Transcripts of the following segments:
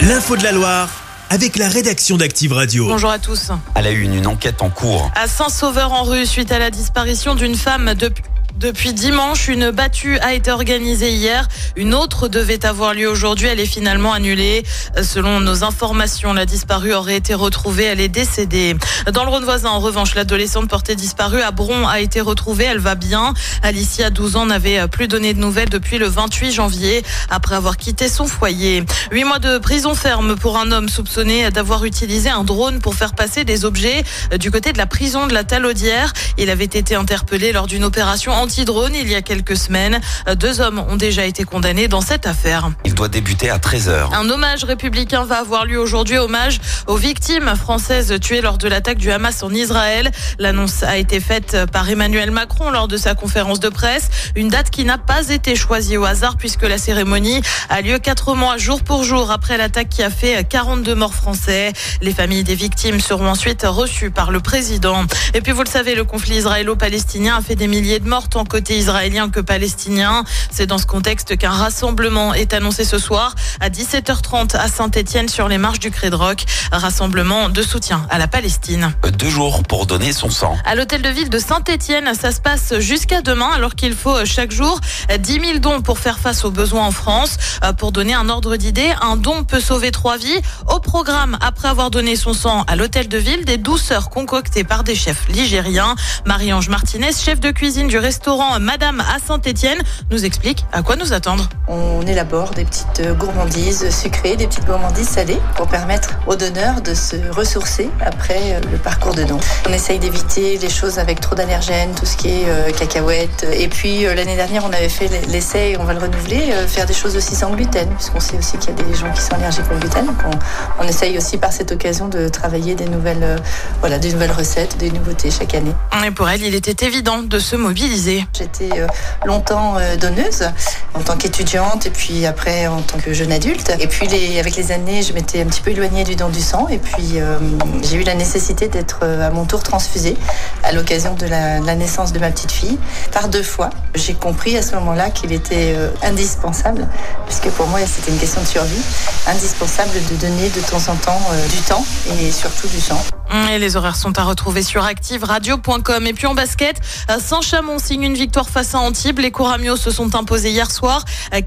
L'info de la Loire avec la rédaction d'Active Radio. Bonjour à tous. À la une enquête en cours. À Saint-Sauveur-en-Rue, suite à la disparition d'une femme depuis dimanche, une battue a été organisée hier. Une autre devait avoir lieu aujourd'hui. Elle est finalement annulée. Selon nos informations, la disparue aurait été retrouvée. Elle est décédée. Dans le Rhône voisin, en revanche, l'adolescente portée disparue à Bron a été retrouvée. Elle va bien. Alicia, 12 ans, n'avait plus donné de nouvelles depuis le 28 janvier, après avoir quitté son foyer. 8 mois de prison ferme pour un homme soupçonné d'avoir utilisé un drone pour faire passer des objets du côté de la prison de la Talaudière. Il avait été interpellé lors d'une opération anti-drone il y a quelques semaines. 2 hommes ont déjà été condamnés dans cette affaire. Il doit débuter à 13h. Un hommage républicain va avoir lieu aujourd'hui. Hommage aux victimes françaises tuées lors de l'attaque du Hamas en Israël. L'annonce a été faite par Emmanuel Macron lors de sa conférence de presse. Une date qui n'a pas été choisie au hasard puisque la cérémonie a lieu 4 mois jour pour jour après l'attaque qui a fait 42 morts français. Les familles des victimes seront ensuite reçues par le président. Et puis vous le savez, le conflit israélo-palestinien a fait des milliers de morts tant côté israélien que palestinien. C'est dans ce contexte qu'un rassemblement est annoncé ce soir à 17h30 à Saint-Étienne sur les marches du Crédroc. Rassemblement de soutien à la Palestine. 2 jours pour donner son sang. À l'hôtel de ville de Saint-Étienne, ça se passe jusqu'à demain alors qu'il faut chaque jour 10 000 dons pour faire face aux besoins en France. Pour donner un ordre d'idée, un don peut sauver 3 vies. Au programme, après avoir donné son sang à l'hôtel de ville, des douceurs concoctées par des chefs ligériens. Marie-Ange Martinez, chef de cuisine du restaurant Madame à Saint-Étienne, nous explique à quoi nous attendre. On élabore des petites gourmandises sucrées, des petites gourmandises salées pour permettre aux donneurs de se ressourcer après le parcours de don. On essaye d'éviter les choses avec trop d'allergènes, tout ce qui est cacahuètes. Et puis l'année dernière, on avait fait l'essai et on va le renouveler, faire des choses aussi sans gluten, puisqu'on sait aussi qu'il y a des gens qui sont allergiques au gluten. Donc on essaye aussi par cette occasion de travailler des nouvelles recettes, des nouveautés chaque année. Et pour elle, il était évident de se mobiliser. J'étais longtemps donneuse en tant qu'étudiante et puis après en tant que jeune adulte. Et puis avec les années, je m'étais un petit peu éloignée du don du sang et puis j'ai eu la nécessité d'être à mon tour transfusée à l'occasion de la naissance de ma petite fille. Par 2 fois, j'ai compris à ce moment-là qu'il était indispensable, puisque pour moi c'était une question de survie, indispensable de donner de temps en temps du temps et surtout du sang. Et les horaires sont à retrouver sur activeradio.com. Et puis en basket, Saint-Chamond signe une victoire face à Antibes. Les Couramios se sont imposés hier soir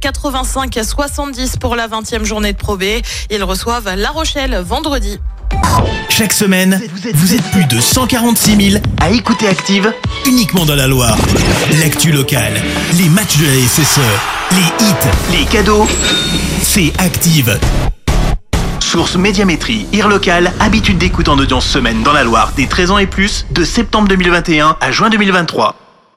85-70 pour la 20e journée de Pro B. Ils reçoivent La Rochelle vendredi. Chaque semaine, vous êtes plus de 146 000 à écouter Active uniquement dans la Loire. L'actu locale, les matchs de la SSE, les hits, les cadeaux, c'est Active. Source Médiamétrie, IR local, habitude d'écoute en audience semaine dans la Loire des 13 ans et plus, de septembre 2021 à juin 2023.